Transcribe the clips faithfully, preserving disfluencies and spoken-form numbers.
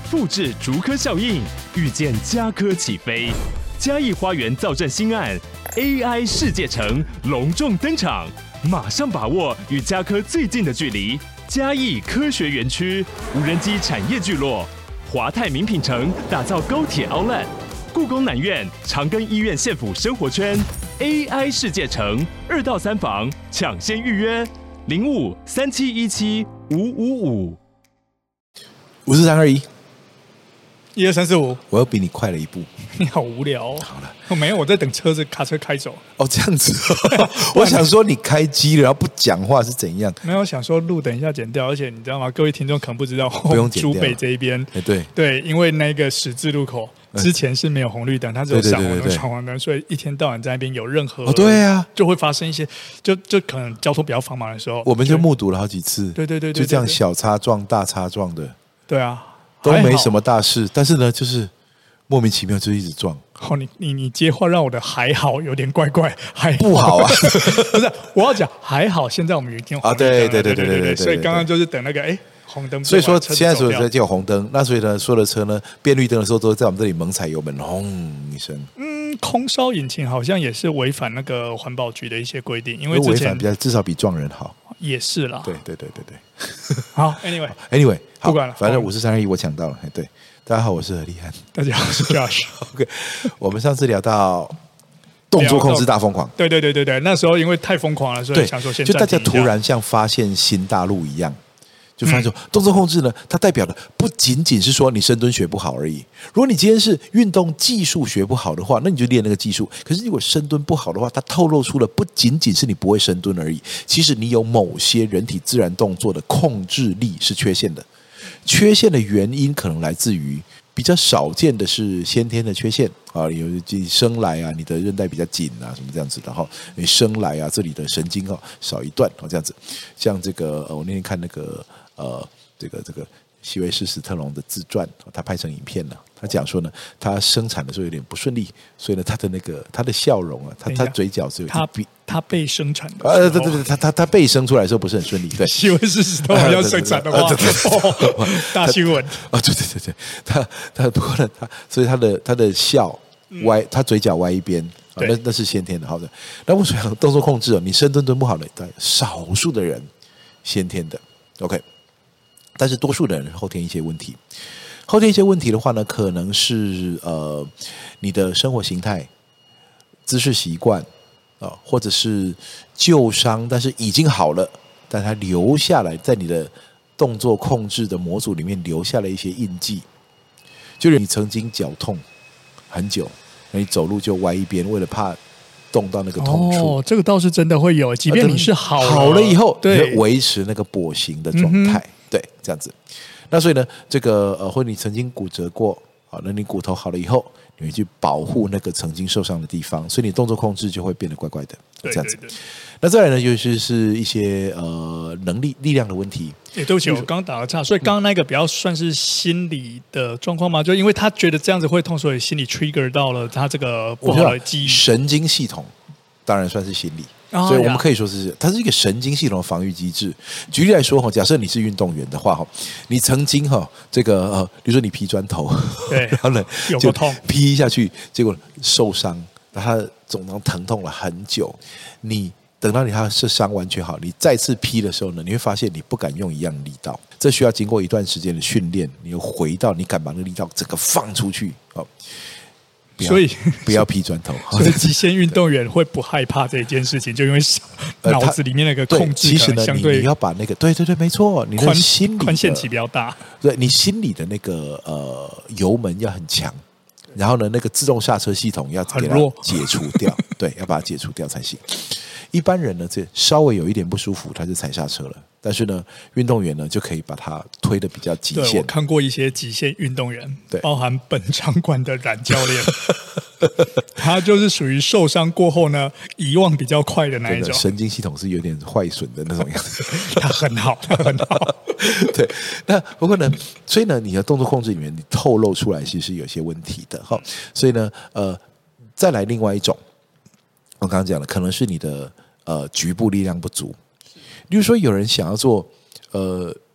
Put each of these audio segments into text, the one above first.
复制竹科效应，预见家科起飞。嘉义花园造镇新案 A I 世界城隆重登场，马上把握与家科最近的距离。嘉义科学园区无人机产业聚落，华泰名品城打造高铁 Outlet， 故宫南院长庚医院县府生活圈 A I 世界城二到三房抢先预约零五三七一七五五五五四三二一。 一二三四五， 我又比你快了一步。 你好无聊哦。 好了， 我没有，我在等车子卡车开走。 哦，这样子、哦，我想说你开机了，然后不讲话是怎样？ 没有，想说路等一下剪掉，而且你知道吗？各位听众可能不知道， 不用剪掉。 竹北这一边， 哎，对对，因为那个十字路口之前是没有红绿灯，它只有闪黄灯、闯黄灯，所以一天到晚在那边有任何哦，对啊， 就会发生一些，就就可能交通比较繁忙的时候， 我们就目睹了好几次。 对对对对， 就这样小擦撞、大擦撞的。 对啊， 都没什么大事，但是呢，就是莫名其妙就一直撞。 哦，你你你接话让我的还好有点怪怪，还好不好啊？ 不是，我要讲还好，现在我们已经啊，对对对对对对， 所以刚刚就是等那个哎红灯， 所以说现在所有车就有红灯，那所以呢，所有的车呢变绿灯的时候都在我们这里猛踩油门，轰一声。 嗯，空烧引擎好像也是违反那个环保局的一些规定，因为违反比较至少比撞人好。 也是啦， 对对对对对。 好 ，Anyway Anyway， 不管了， 反正五四三二一我抢到了。对，大家好，我是何立安。 大家好，我是 Josh。OK， 我们上次聊到动作控制大疯狂， 对对对对对，那时候因为太疯狂了，所以想说先就大家突然像发现新大陆一样。就发现说， 嗯、 动作控制呢，它代表的不仅仅是说你深蹲学不好而已。如果你今天是运动技术学不好的话，那你就练那个技术。可是如果深蹲不好的话，它透露出了不仅仅是你不会深蹲而已，其实你有某些人体自然动作的控制力是缺陷的。缺陷的原因可能来自于比较少见的是先天的缺陷啊，有你生来啊，你的韧带比较紧啊，什么这样子的哈，你生来啊，这里的神经哦少一段哦，这样子。像这个，呃、我那天看那个。呃，这个这个席维斯·史特龙的自传，他拍成影片了。他讲说呢，他生产的时候有点不顺利，所以呢，他的那个他的笑容啊，他他嘴角只有他他被生产的， 呃，对对对，他他他被生出来的时候不是很顺利。对， 席维斯·史特龙要生产的话，大新闻啊！对对对对，他他不过呢，他所以他的他的笑歪，他嘴角歪一边。啊、那那是先天的，好的。那我想动作控制哦，你深蹲蹲不好的，少数的人先天的 ，OK。但是多数的人后天一些问题，后天一些问题的话呢，可能是呃你的生活形态、姿势习惯啊、呃，或者是旧伤，但是已经好了，但它留下来在你的动作控制的模组里面留下了一些印记，就是你曾经脚痛很久，那你走路就歪一边，为了怕动到那个痛处。 哦，这个倒是真的会有，即便你是好了、 啊、好了以后， 对， 你会维持那个跛行的状态。嗯对，这样子。那所以呢，这个呃，或者你曾经骨折过，好，那你骨头好了以后，你会去保护那个曾经受伤的地方，所以你动作控制就会变得怪怪的，这样子。 对对对， 那再来呢，就是是一些呃能力力量的问题。 欸、对不起，我刚刚打了岔，所以刚刚那个比较算是心理的状况吗？就因为他觉得这样子会痛，所以心理 trigger 到了他这个不好的记忆。 神经系统当然算是心理。所以我们可以说是，它是一个神经系统的防御机制。举例来说哈，假设你是运动员的话哈，你曾经哈这个呃，比如说你劈砖头， 对， 然后呢就痛劈下去，结果受伤，它总能疼痛了很久。你等到你它是伤完全好，你再次劈的时候呢，你会发现你不敢用一样力道，这需要经过一段时间的训练，你又回到你敢把那个力道整个放出去哦。 所以不要劈砖头， 所以极限运动员会不害怕这件事情，就因为脑子里面那个控制其实呢， 相对你要把那个对对对，没错，你的心理宽限期比较大， 对你心里的那个呃油门要很强，然后呢，那个自动刹车系统要给它解除掉，对，要把它解除掉才行。一般人呢，这稍微有一点不舒服，他就踩刹车了。但是呢，运动员呢就可以把它推得比较极限。 对，我看过一些极限运动员， 对， 包含本场馆的冉教练，他就是属于受伤过后呢，遗忘比较快的那一种， 神经系统是有点坏损的那种样子。 他很好，他很好。 对，那不过呢，所以呢，你的动作控制里面，你透露出来其实是有些问题的哈。所以呢，呃，再来另外一种，我刚刚讲了，可能是你的呃局部力量不足。例如说，有人想要做呃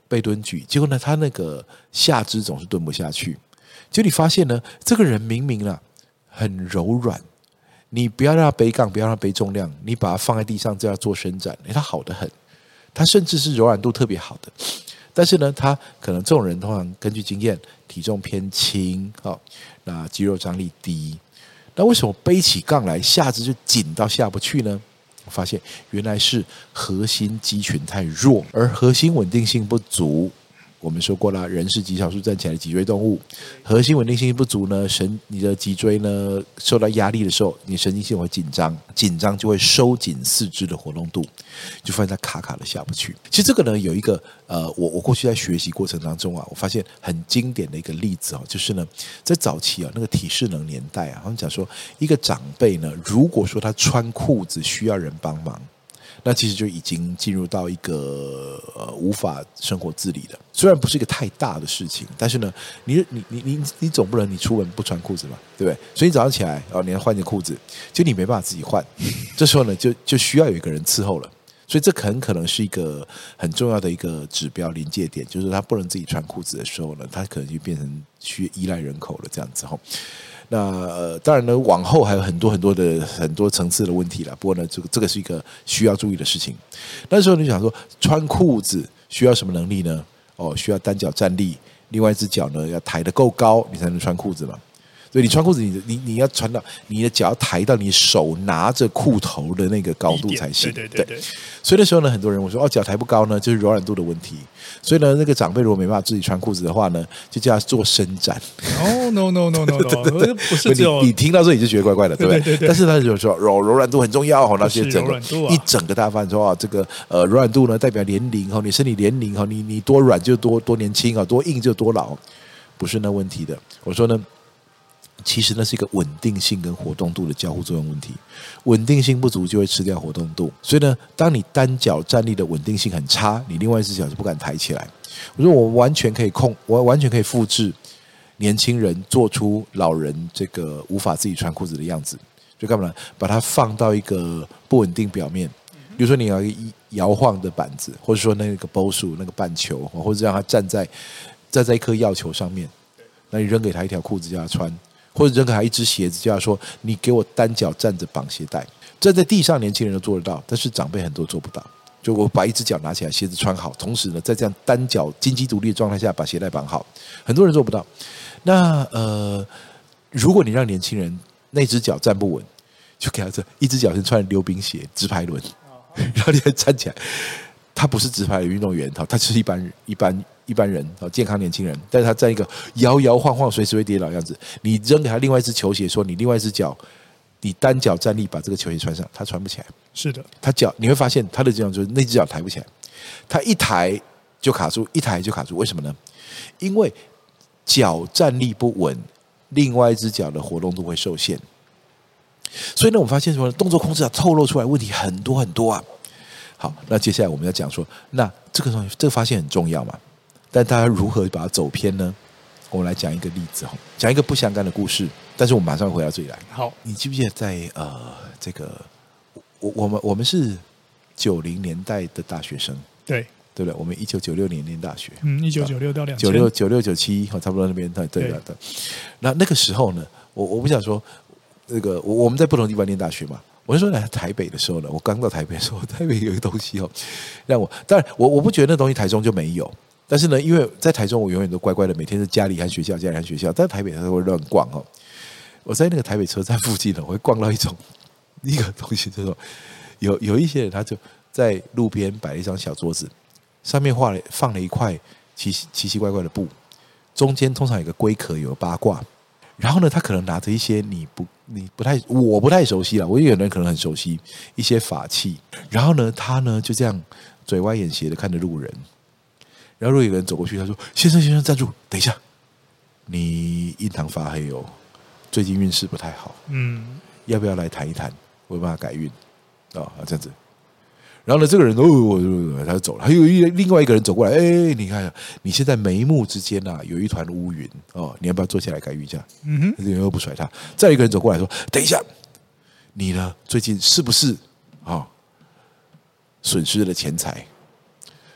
背蹲举，结果呢，他那个下肢总是蹲不下去。就你发现呢，这个人明明啊很柔软，你不要让他背杠，不要让他背重量，你把他放在地上这样做伸展，诶，他好得很，他甚至是柔软度特别好的。但是呢，他可能这种人通常根据经验，体重偏轻，哦，那肌肉张力低。那为什么背起杠来下肢就紧到下不去呢？我发现原来是核心肌群太弱，而核心稳定性不足。我们说过了，人是极少数站起来的脊椎动物，核心稳定性不足呢，神你的脊椎呢受到压力的时候，你神经系统会紧张，紧张就会收紧四肢的活动度，就发现它卡卡的下不去。其实这个呢有一个呃，我我过去在学习过程当中啊，我发现很经典的一个例子哦，就是呢在早期啊那个体适能年代啊，他们讲说一个长辈呢，如果说他穿裤子需要人帮忙，那其实就已经进入到一个呃无法生活自理的，虽然不是一个太大的事情，但是呢，你你你你你总不能你出门不穿裤子嘛，对不对？所以你早上起来哦，你要换件裤子，就你没办法自己换，这时候呢就就需要有一个人伺候了，所以这很可能是一个很重要的一个指标临界点，就是他不能自己穿裤子的时候呢，他可能就变成需依赖人口了这样子哈。那呃，当然呢，往后还有很多很多的很多层次的问题了。不过呢，这个这个是一个需要注意的事情。那时候你想说，穿裤子需要什么能力呢？哦，需要单脚站立，另外一只脚呢要抬得够高，你才能穿裤子嘛。所以你穿裤子，你你你要穿到你的脚要抬到你手拿着裤头的那个高度才行。 对对对对。 所以那时候呢，很多人我说哦，脚抬不高呢，就是柔软度的问题。所以呢，那个长辈如果没办法自己穿裤子的话呢，就叫他做伸展。 哦 no no no no no， 不是只有你, 你听到这里就觉得怪怪的，对不对？ 对对对对， 但是他就说柔柔软度很重要哦，那些整个、 啊、 一整个大发现说啊，这个呃柔软度呢代表年龄哦，你身体年龄哦，你你多软就多多年轻啊，多硬就多老，不是那问题的。我说呢。其实那是一个稳定性跟活动度的交互作用问题，稳定性不足就会吃掉活动度，所以呢，当你单脚站立的稳定性很差，你另外一只脚就不敢抬起来。我说我完全可以控，我完全可以复制年轻人做出老人这个无法自己穿裤子的样子，就干嘛？把它放到一个不稳定表面，比如说你要一个摇晃的板子，或者说那个 ball 数那个半球，或者让他站在站在一颗药球上面，那你扔给他一条裤子叫他穿。或者扔给他一只鞋子，叫他说：“你给我单脚站着绑鞋带。”站在地上，年轻人都做得到，但是长辈很多做不到。就我把一只脚拿起来，鞋子穿好，同时呢，在这样单脚金鸡独立的状态下把鞋带绑好，很多人做不到。那呃，如果你让年轻人那只脚站不稳，就给他这一只脚先穿溜冰鞋、直排轮，然后你再站起来。他不是直排的运动员，他就是一般人，一般一般人，健康年轻人，但是他在一个摇摇晃晃、随时会跌倒的样子。你扔给他另外一只球鞋，说你另外一只脚，你单脚站立把这个球鞋穿上，他穿不起来。 是的， 他脚你会发现他的这样就是那只脚抬不起来，他一抬就卡住，一抬就卡住。为什么呢？因为脚站立不稳，另外一只脚的活动度会受限。所以呢，我们发现什么？动作控制啊，透露出来问题很多很多啊。好，那接下来我们要讲说，那这个东西，这个发现很重要嘛？但大家如何把它走偏呢？我们来讲一个例子哈，讲一个不相干的故事，但是我们马上回到这里来。 好， 你记不记得在呃这个我我们我们是九零年代的大学生， 对对不对？我们一九九六年念大学， 嗯，一九九六到两九六九六九七，差不多那边对对对对。那那个时候呢，我我不想说那个我我们在不同地方念大学嘛。我就说来台北的时候呢，我刚到台北的时候，台北有一个东西哦，让我当然我我不觉得那东西台中就没有，但是呢，因为在台中我永远都乖乖的，每天是家里和学校，家里和学校，但台北他会乱逛哦。我在那个台北车站附近呢，我会逛到一种一个东西，就是说有有一些人他就在路边摆了一张小桌子，上面画了放了一块奇奇奇怪怪的布，中间通常有个龟壳，有个八卦。然后呢，他可能拿着一些你不你不太我不太熟悉了，我有人可能很熟悉一些法器。然后呢，他呢就这样嘴歪眼斜的看着路人。然后如果有人走过去，他说：“先生先生，站住，等一下，你印堂发黑哦，最近运势不太好，嗯，要不要来谈一谈？我有办法改运哦，这样子。”然后呢，这个人哦，他就走了。还有一另外一个人走过来，哎，你看，你现在眉目之间啊，有一团乌云哦，你要不要坐下来改瑜伽？嗯哼，这个人又不甩他。再有一个人走过来说：“等一下，你呢？最近是不是啊、哦、损失了钱财？”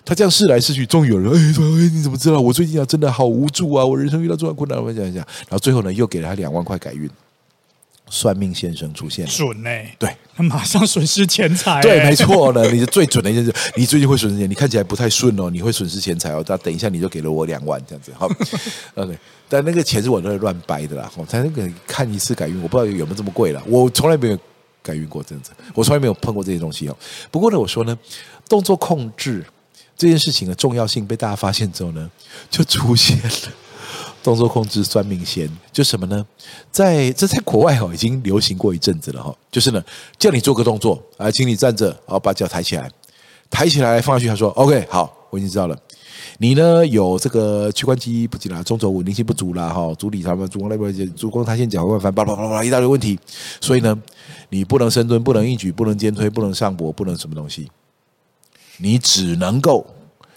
他这样试来试去，终于有人哎说哎你怎么知道？我最近啊真的好无助啊，我人生遇到重大困难，我讲一讲，然后最后呢又给了他两万块改运。算命先生出现了， 准哎、欸， 对， 他马上损失钱财、欸， 对，没错呢，你是最准的一件事，你最近会损失钱，你看起来不太顺哦，你会损失钱财哦，但等一下你就给了我两万这样子，好 ，OK， 但那个钱是我在乱掰的啦，他那个看一次改运，我不知道有没有这么贵啦，我从来没有改运过这样子，我从来没有碰过这些东西哦。不过呢，我说呢，动作控制这件事情的重要性被大家发现之后呢，就出现了。动作控制算命仙就什么呢？在这在国外哈已经流行过一阵子了哈，就是呢叫你做个动作啊，请你站着，好把脚抬起来，抬起来放下去。他说 OK 好，我已经知道了。你呢有这个屈髋肌不紧啦，中轴稳定性不足啦，哈，足底他们足弓那边足弓塌陷脚外翻，巴拉巴拉巴拉一大堆问题，所以呢你不能深蹲，不能硬举，不能肩推，不能上膊，不能什么东西，你只能够。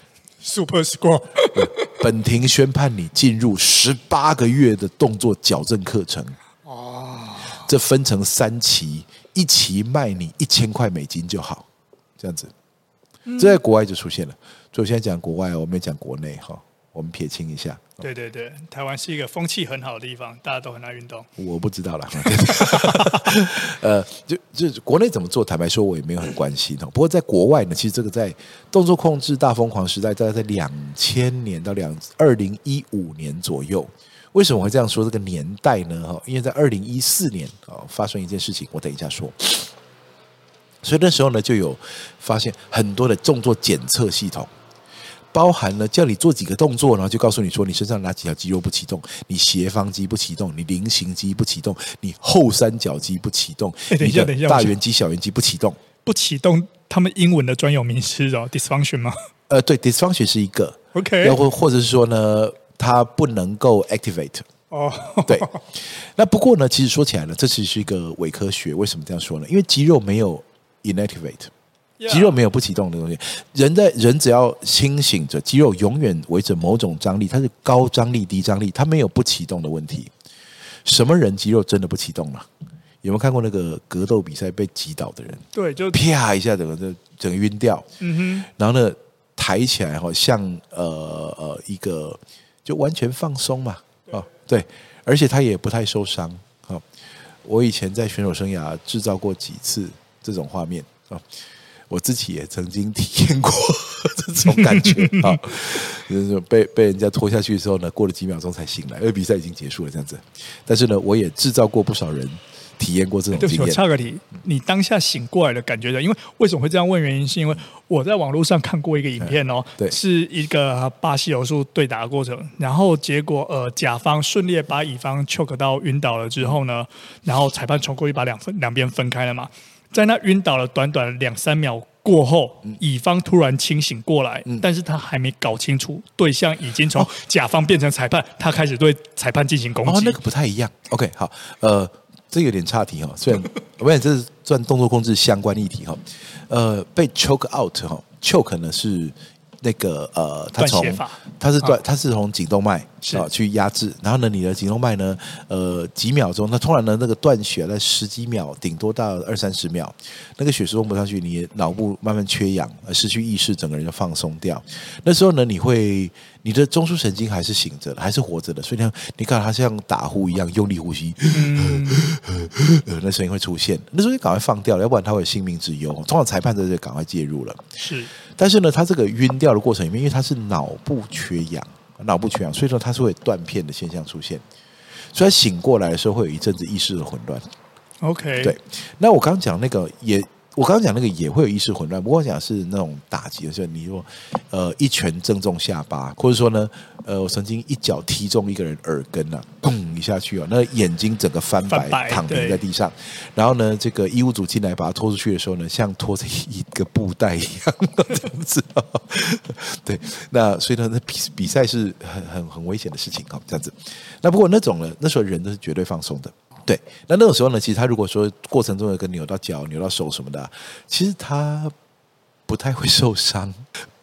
Super Squat， 本庭宣判你进入十八个月的动作矫正课程。哦，这分成三期，一期卖你一千块美金就好，这样子。这在国外就出现了，所以我现在讲国外，我没讲国内哈，我们撇清一下。 对对对，台湾是一个风气很好的地方，大家都很爱运动。 我不知道啦，呃，就就国内怎么做，坦白说，我也没有很关心。不过在国外呢，其实这个在动作控制大疯狂时代，大概在两千年到两二零一五年左右。为什么我会这样说这个年代呢？因为在二零一四年啊发生一件事情，我等一下说。所以那时候呢，就有发现很多的动作检测系统。包含了叫你做几个动作，然后就告诉你说你身上哪几条肌肉不启动，你斜方肌不启动，你菱形肌不启动，你后三角肌不启动， 欸、等一下等一下， 大圆肌、小圆肌不启动。 不启动，他们英文的专有名词哦 ，dysfunction 吗？ 呃，对 ，dysfunction 是一个 ，OK， 或或者是说呢，它不能够 activate。 哦， 对。那不过呢，其实说起来呢，这其实是一个伪科学。为什么这样说呢？因为肌肉没有 inactivate。肌肉没有不启动的东西，人在人只要清醒着，肌肉永远维持某种张力，它是高张力、低张力，它没有不启动的问题。什么人肌肉真的不启动了？有没有看过那个格斗比赛被击倒的人？ 对，就啪一下，整个整个晕掉。 嗯哼， 然后呢，抬起来哈，像呃呃一个就完全放松嘛，哦对，而且他也不太受伤。哦，我以前在选手生涯制造过几次这种画面啊。哦我自己也曾经体验过这种感觉啊，就是被被人家拖下去的时候呢，过了几秒钟才醒来，因为比赛已经结束了这样子。但是呢，我也制造过不少人体验过这种经验。 对不起，我插个题，你当下醒过来的感觉的，因为为什么会这样问？原因是因为我在网络上看过一个影片哦， 对， 是一个巴西柔术对打的过程，然后结果呃甲方顺利把乙方 choke 到晕倒了之后呢，然后裁判冲过去把两分两边分开了嘛。在那晕倒了短短两三秒过后，嗯、乙方突然清醒过来，嗯、但是他还没搞清楚对象已经从甲方变成裁判，哦、他开始对裁判进行攻击。 哦，那个不太一样。OK， 好，呃，这有点岔题哈，虽然我想这是算动作控制相关议题哈。呃，被 choke out 哈 ，choke 呢是。那个呃，它从它是断，它是从颈动脉啊去压制，然后呢，你的颈动脉呢，呃，几秒钟，那突然呢，那个断血在十几秒，顶多到二三十秒，那个血送不上去，你脑部慢慢缺氧，失去意识，整个人就放松掉。那时候呢，你会你的中枢神经还是醒着的，还是活着的，所以呢，你看它像打呼一样用力呼吸，嗯、那声音会出现。那时候你赶快放掉了，要不然它会有性命之忧。通常裁判在这赶快介入了。 是。 但是呢，他这个晕掉的过程里面，因为他是脑部缺氧，脑部缺氧，所以说他是会断片的现象出现。所以他醒过来的时候，会有一阵子意识的混乱。 OK， 对。那我刚刚讲那个也，我刚刚讲那个也会有意识混乱，不过我讲是那种打击的时候，你说呃一拳正中下巴，或者说呢，呃我曾经一脚踢中一个人耳根啊，砰一下去啊，那眼睛整个翻白，翻白躺平在地上，然后呢，这个医务组进来把他拖出去的时候呢，像拖着一个布袋一样这样子、哦，对，那所以呢，那比比赛是很很很危险的事情哦，这样子。那不过那种呢，那时候人都是绝对放松的。对，那那种时候呢，其实他如果说过程中有个扭到脚、扭到手什么的、啊，其实他不太会受伤。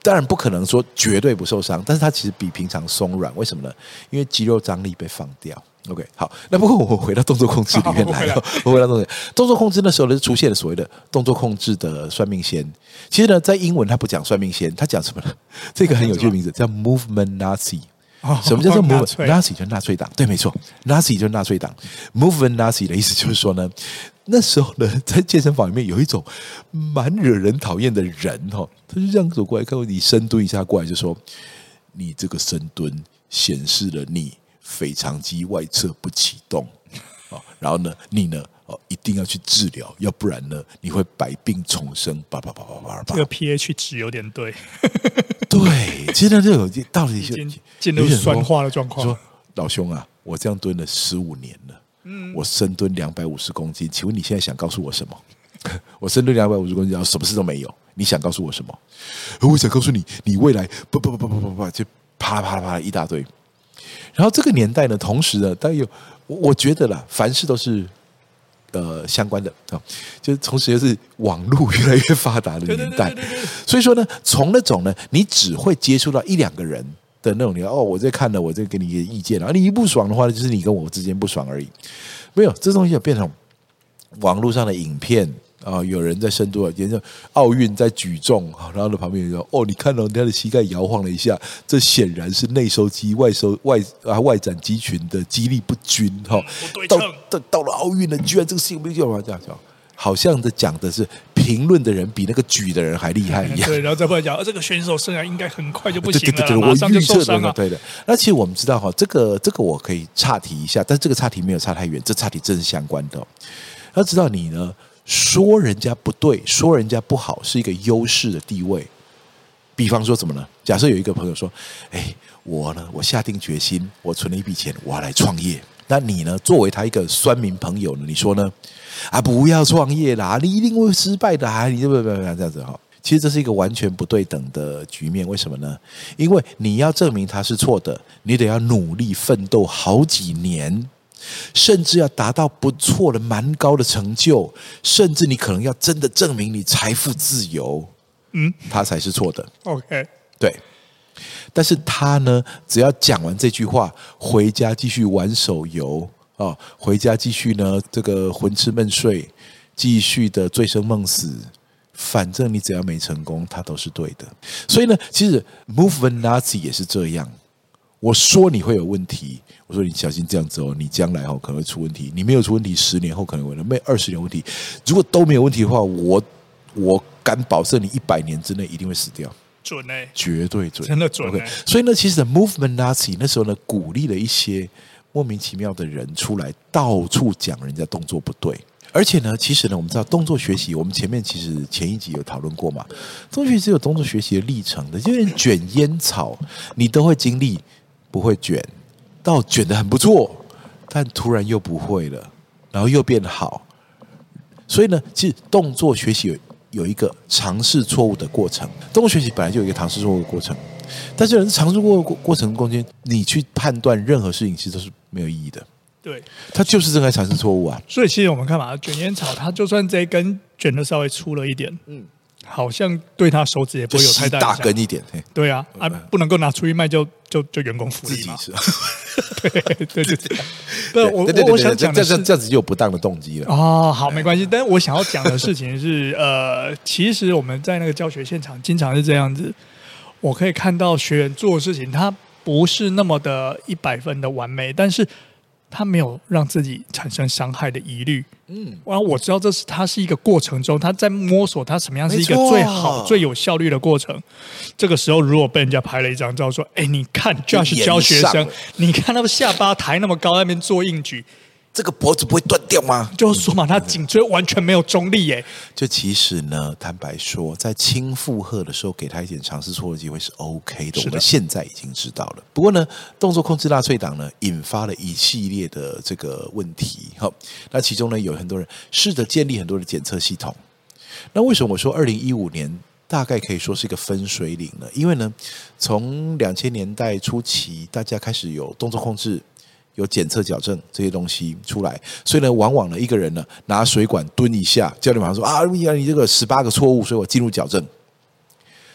当然不可能说绝对不受伤，但是它其实比平常松软。为什么呢？因为肌肉张力被放掉。OK， 好，那不过我们回到动作控制里面来了。我回到动作动作控制那时候呢，出现了所谓的动作控制的算命仙。其实呢，在英文它不讲算命仙，它讲什么呢？这个很有趣的名字叫 Movement Nazi。什么叫做 Movement Nazi？ 就是纳粹党。对，没错 ，Nazi 就是纳粹党。Movement Nazi 的意思就是说呢，那时候呢，在健身房里面有一种蛮惹人讨厌的人哈，他就这样走过来，看到你深蹲一下过来，就说：“你这个深蹲显示了你。”腓肠肌外侧不启动，然后呢，你呢，一定要去治疗，要不然呢，你会百病丛生。叭叭叭叭叭叭。 这个 pH 值有点对。 对，其实呢，这种到底就进入酸化的状况。 说老兄啊，我这样蹲了十五年了，嗯，我深蹲两百五十公斤，请问你现在想告诉我什么？我深蹲两百五十公斤，然后什么事都没有，你想告诉我什么？我想告诉你，你未来不不不不不不就啪啦啪啦啪啦一大堆。然后这个年代呢，同时呢，当然有，我觉得啦，凡事都是呃相关的啊，就是同时又是网络越来越发达的年代，所以说呢，从那种呢，你只会接触到一两个人的那种，你哦，我在看了，我在给你一个意见，然后你一不爽的话，就是你跟我之间不爽而已，没有这东西就变成网络上的影片。啊、哦，有人在深度研究奥运在举重，然后呢旁边有人说：“哦，你看到人家的膝盖摇晃了一下，这显然是内收肌、外收外啊外展肌群的肌力不均哈、哦。到到到了奥运了，居然这个事情没有这样讲，好像的讲的是评论的人比那个举的人还厉害一样。 对，然后再不来讲，这个选手生涯应该很快就不行了， 对对对对， 马上就受伤了。 对的。那其实我们知道哈，这个这个我可以岔题一下，但这个岔题没有差太远，这岔题正是相关的、哦。要知道你呢。说人家不对，说人家不好，是一个优势的地位。比方说怎么呢？假设有一个朋友说：“哎，我呢，我下定决心，我存了一笔钱，我要来创业。”那你呢，作为他一个酸民朋友呢，你说呢？啊，不要创业啦，你一定会失败的啊！你就不不不这样子哈。其实这是一个完全不对等的局面，为什么呢？因为你要证明他是错的，你得要努力奋斗好几年。甚至要达到不错的、蛮高的成就，甚至你可能要真的证明你财富自由，嗯，他才是错的。 OK， 对。但是他呢，只要讲完这句话，回家继续玩手游啊、哦，回家继续呢这个混吃闷睡，继续的醉生梦死。反正你只要没成功，他都是对的。所以呢，其实 Movement Nazi 也是这样。我说你会有问题，我说你小心这样子哦，你将来哦可能会出问题。你没有出问题，十年后可能会，没二十年问题。如果都没有问题的话，我我敢保证你一百年之内一定会死掉。 准哎、欸， 绝对准， 真的准、欸。 Okay, 所以呢，其实 Movement Nazi 那时候呢，鼓励了一些莫名其妙的人出来，到处讲人家动作不对。而且呢，其实呢，我们知道动作学习，我们前面其实前一集有讨论过嘛，动作学习有动作学习的历程的，就连卷烟草你都会经历。不会卷，到卷得很不错，但突然又不会了，然后又变好。所以呢，其实动作学习有有一个尝试错误的过程。动作学习本来就有一个尝试错误的过程，但是尝试过过程中间，你去判断任何事情其实都是没有意义的。 对， 它就是正在尝试错误啊。 所以其实我们看嘛，卷烟草它就算这一根卷得稍微粗了一点，嗯。好像对他手指也不会有太大影响， 大根一点， 对啊，啊，不能够拿出去卖就就就员工福利嘛，对对对对，对我我我想讲的是这样子就有不当的动机了哦，好没关系，但是我想要讲的事情是，呃，其实我们在那个教学现场经常是这样子，我可以看到学员做的事情，他不是那么的一百分的完美，但是他没有让自己产生伤害的疑虑。嗯，然后我知道这是他是一个过程中，他在摸索他什么样是一个最好、最有效率的过程。这个时候，如果被人家拍了一张照，说：“哎，你看 Josh 教学生，你看他们下巴抬那么高，在那边做硬举。” 这个脖子不会断掉吗？ 就是说嘛，他颈椎完全没有中立耶。 就其实呢，坦白说，在轻负荷的时候，给他一点尝试错的机会是 OK 的。我们现在已经知道了。不过呢，动作控制纳粹党呢，引发了一系列的这个问题。好，那其中呢，有很多人试着建立很多的检测系统。那为什么我说二零一五年大概可以说是一个分水岭呢？因为呢，从两千年代初期，大家开始有动作控制。有检测矫正这些东西出来，所以呢，往往呢一个人呢拿水管蹲一下，教练马上说啊，你这个十八个错误，所以我进入矫正。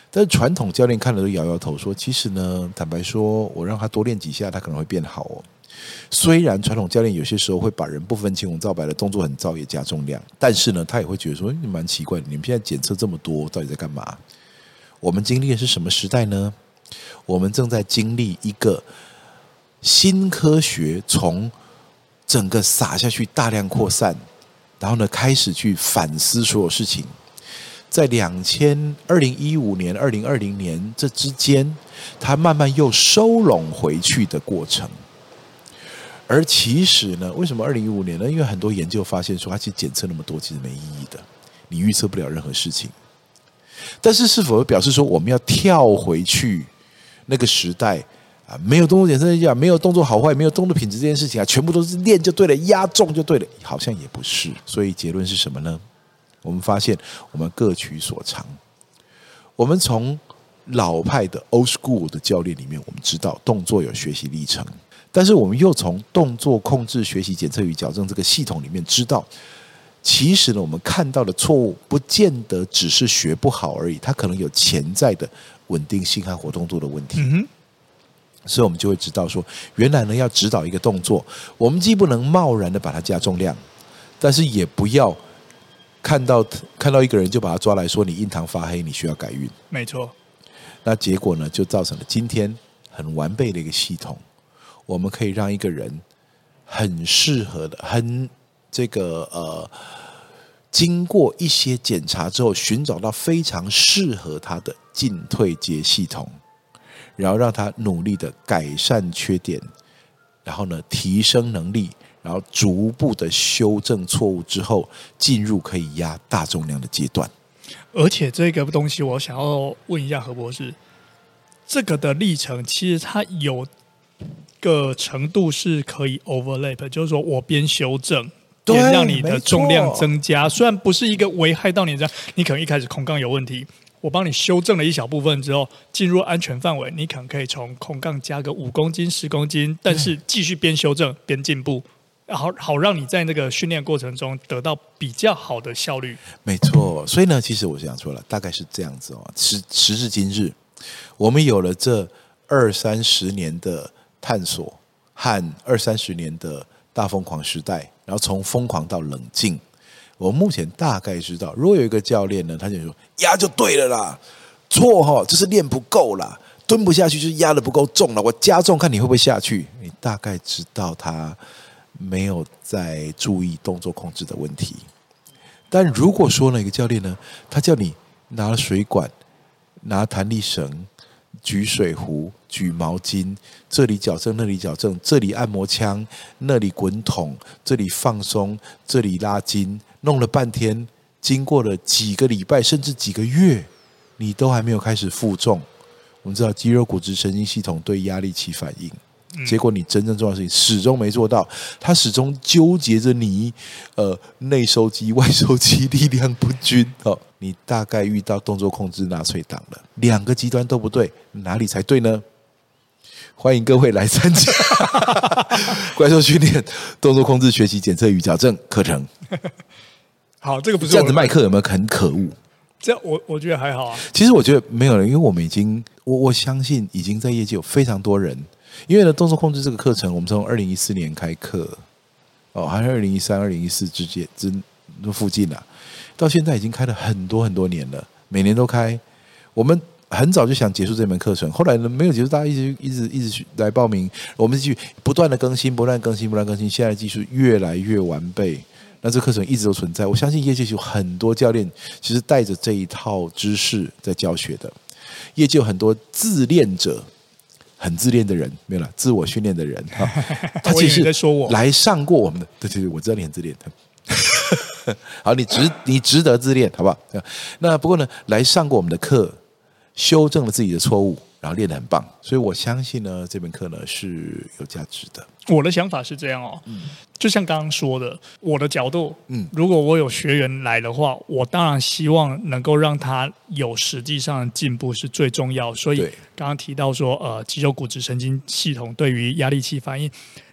但是传统教练看了都摇摇头说，其实呢，坦白说，我让他多练几下，他可能会变好哦。虽然传统教练有些时候会把人不分青红皂白的动作很糟也加重量，但是呢，他也会觉得说，你蛮奇怪的，你们现在检测这么多，到底在干嘛？我们经历的是什么时代呢？我们正在经历一个新科学从整个撒下去大量扩散，然后呢，开始去反思所有事情。在两千二零一五年、二零二零年这之间，它慢慢又收拢回去的过程。而其实呢，为什么二零一五年呢？因为很多研究发现说，它其实检测那么多其实没意义的，你预测不了任何事情。但是是否表示说我们要跳回去那个时代啊？没有动作检测一下，没有动作好坏，没有动作品质这件事情啊，全部都是练就对了，压重就对了，好像也不是。所以结论是什么呢？我们发现我们各取所长。我们从老派的 old school 的教练里面，我们知道动作有学习历程，但是我们又从动作控制、学习、检测与矫正这个系统里面知道，其实呢，我们看到的错误不见得只是学不好而已，它可能有潜在的稳定性和活动度的问题。嗯哼，所以我们就会知道说，原来呢，要指导一个动作，我们既不能贸然的把它加重量，但是也不要看到看到一个人就把他抓来说你印堂发黑，你需要改运。 没错。 那结果呢，就造成了今天很完备的一个系统，我们可以让一个人很适合的、很这个呃，经过一些检查之后，寻找到非常适合他的进退阶系统，然后让他努力的改善缺点，然后呢提升能力，然后逐步的修正错误之后，进入可以压大重量的阶段。 而且这个东西，我想要问一下何博士，这个的历程其实它有个程度是可以 overlap， 就是说我边修正，边让你的重量增加，虽然不是一个危害到你这样，你可能一开始空杠有问题，我帮你修正了一小部分之后，进入安全范围，你可能可以从空杠加个五公斤、十公斤，但是继续边修正边进步。好好让你在那个训练过程中得到比较好的效率。没错，所以呢，其实我想说了，大概是这样子哦。时时至今日，我们有了这二三十年的探索和二三十年的大疯狂时代，然后从疯狂到冷静，我目前大概知道，如果有一个教练呢，他就说压就对了啦，错哈、哦，这是练不够啦，蹲不下去就是压得不够重了，我加重看你会不会下去，你大概知道他没有在注意动作控制的问题。但如果说呢，一个教练呢，他叫你拿了水管、拿弹力绳、举水壶、举毛巾，这里矫正那里矫正，这里按摩枪，那里滚筒，这里放松，这里拉筋，弄了半天，经过了几个礼拜甚至几个月，你都还没有开始负重。我们知道肌肉、骨质、神经系统对压力起反应，结果你真正重要的事情始终没做到，他始终纠结着你，呃，内收肌、外收肌力量不均。哦，你大概遇到动作控制纳粹党了，两个极端都不对，哪里才对呢？欢迎各位来参加怪兽训练动作控制学习检测与矫正课程。 好，这个不是这样子卖课有没有很可恶？ 这样我我觉得还好啊。 其实我觉得没有人，因为我们已经，我我相信已经在业界有非常多人。因为呢，动作控制这个课程，我们从二零一四年开课，哦，还是二零一三、二零一四之间之附近啊，到现在已经开了很多很多年了，每年都开。我们很早就想结束这门课程，后来呢没有结束，大家一直一直一直来报名，我们继续不断的更新，不断更新，不断更新，现在技术越来越完备。那这课程一直都存在，我相信业界有很多教练其实带着这一套知识在教学的，业界有很多自练者。很自恋的人，没有啦，自我训练的人哈，他其实来上过我们的，对对对，我知道你很自恋。好，你值你值得自恋，好不好？那不过呢，来上过我们的课，修正了自己的错误，然后练得很棒，所以我相信呢，这门课呢是有价值的。 我的想法是这样哦，嗯、就像刚刚说的，我的角度，嗯，如果我有学员来的话，我当然希望能够让他有实际上的进步是最重要。所以刚刚提到说，呃，肌肉、骨质、神经系统对于压力器反应，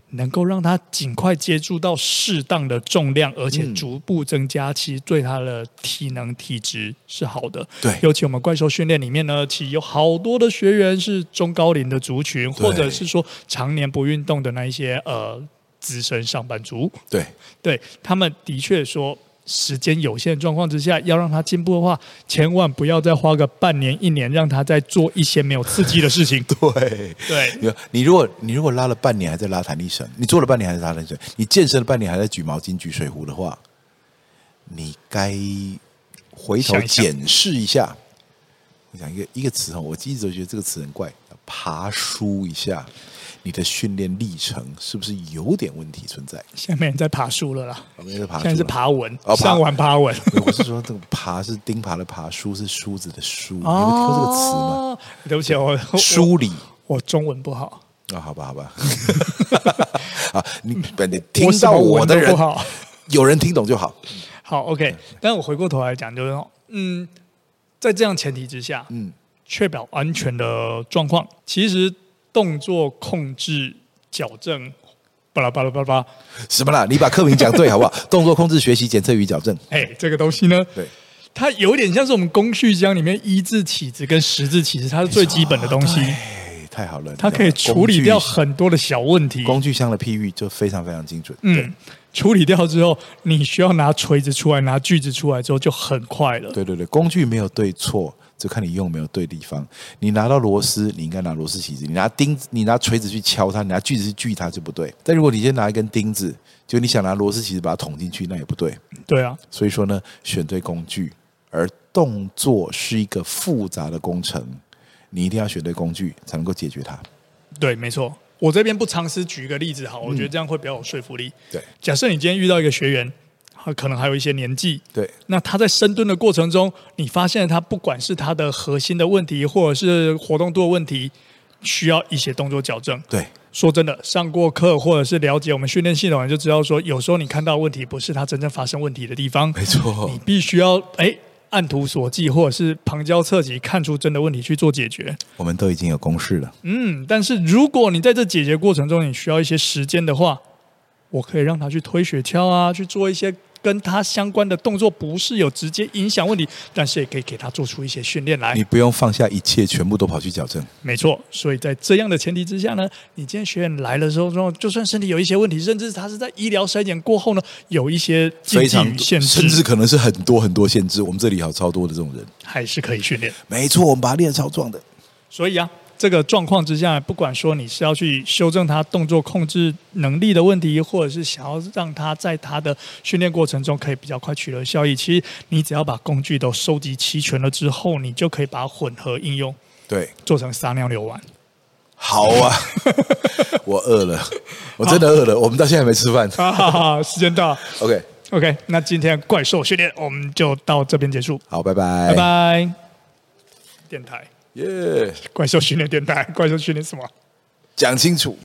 能够让他尽快接触到适当的重量，而且逐步增加，其实对他的体能体质是好的。 对， 尤其我们怪兽训练里面呢，其实有好多的学员是中高龄的族群，或者是说常年不运动的那一些呃资深上班族。 对， 对他们的确说。时间有限的状况之下，要让他进步的话，千万不要再花个半年一年，让他再做一些没有刺激的事情。 对对， 你如果你如果拉了半年还在拉弹力绳，你做了半年还在拉弹力绳，你健身了半年还在举毛巾、举水壶的话，你该回头检视一下。我讲一个一个词哈，我一直都觉得这个词很怪，爬梳一下。你的训练历程是不是有点问题存在？ 现在没人在爬树了啦， 没在爬， 现在是爬文， 哦、 上完爬文。 我是说，这个爬是钉耙的爬，梳是梳子的梳，你有听过这个词吗？ 对不起，我梳理， 我中文不好。 啊、哦，好吧，好吧。啊，你你听到我的人，有人听懂就好。 好 ，OK。但是我回过头来讲，就是说，嗯，在这样前提之下，嗯，确保安全的状况，其实。动作控制、矫正，巴拉巴拉巴拉， 什么啦？你把课名讲对好不好？动作控制、学习、检测与矫正。 哎，这个东西呢， 对， 它有点像是我们工序箱里面一字起子跟十字起子，它是最基本的东西。 太好了， 它可以处理掉很多的小问题。 工具箱的譬喻就非常非常精准。 嗯，处理掉之后，你需要拿锤子出来，拿锯子出来之后就很快了。 对对对，工具没有对错。就看你用没有对地方。你拿到螺丝，你应该拿螺丝起子；你拿钉子，你拿锤子去敲它，你拿锯子去锯它就不对。但如果你先拿一根钉子，就你想拿螺丝起子把它捅进去，那也不对。 对啊， 所以说呢，选对工具，而动作是一个复杂的工程，你一定要选对工具才能够解决它。 对，没错。我这边不尝试举一个例子好，我觉得这样会比较有说服力。 对， 假设你今天遇到一个学员。他可能还有一些年纪， 对。 那他在深蹲的过程中，你发现他不管是他的核心的问题，或者是活动度的问题，需要一些动作矫正。 对， 说真的，上过课或者是了解我们训练系统，你就知道说，有时候你看到问题不是他真正发生问题的地方， 没错， 你必须要哎按图索骥，或者是旁敲侧击，看出真的问题去做解决。 我们都已经有公式了， 嗯，但是如果你在这解决过程中，你需要一些时间的话，我可以让他去推雪橇啊，去做一些。跟他相关的动作不是有直接影响问题，但是也可以给他做出一些训练来。 你不用放下一切，全部都跑去矫正。 没错，所以在这样的前提之下呢，你今天学员来的时候，就算身体有一些问题，甚至他是在医疗筛检过后呢，有一些禁忌与限制， 甚至可能是很多很多限制。我们这里有超多的这种人， 还是可以训练。 没错，我们把他练得超壮的。 所以啊。这个状况之下，不管说你是要去修正他动作控制能力的问题，或者是想要让他在他的训练过程中可以比较快取得效益，其实你只要把工具都收集齐全了之后，你就可以把它混合应用， 对， 做成撒尿牛丸。 好啊，我饿了，我真的饿了，我们到现在还没吃饭。 好好好，时间到 ，OK OK， 那今天怪兽训练我们就到这边结束。 好，拜拜， 拜拜。电台。 耶！ Yeah. 怪兽训练电台，怪兽训练什么？ 讲清楚。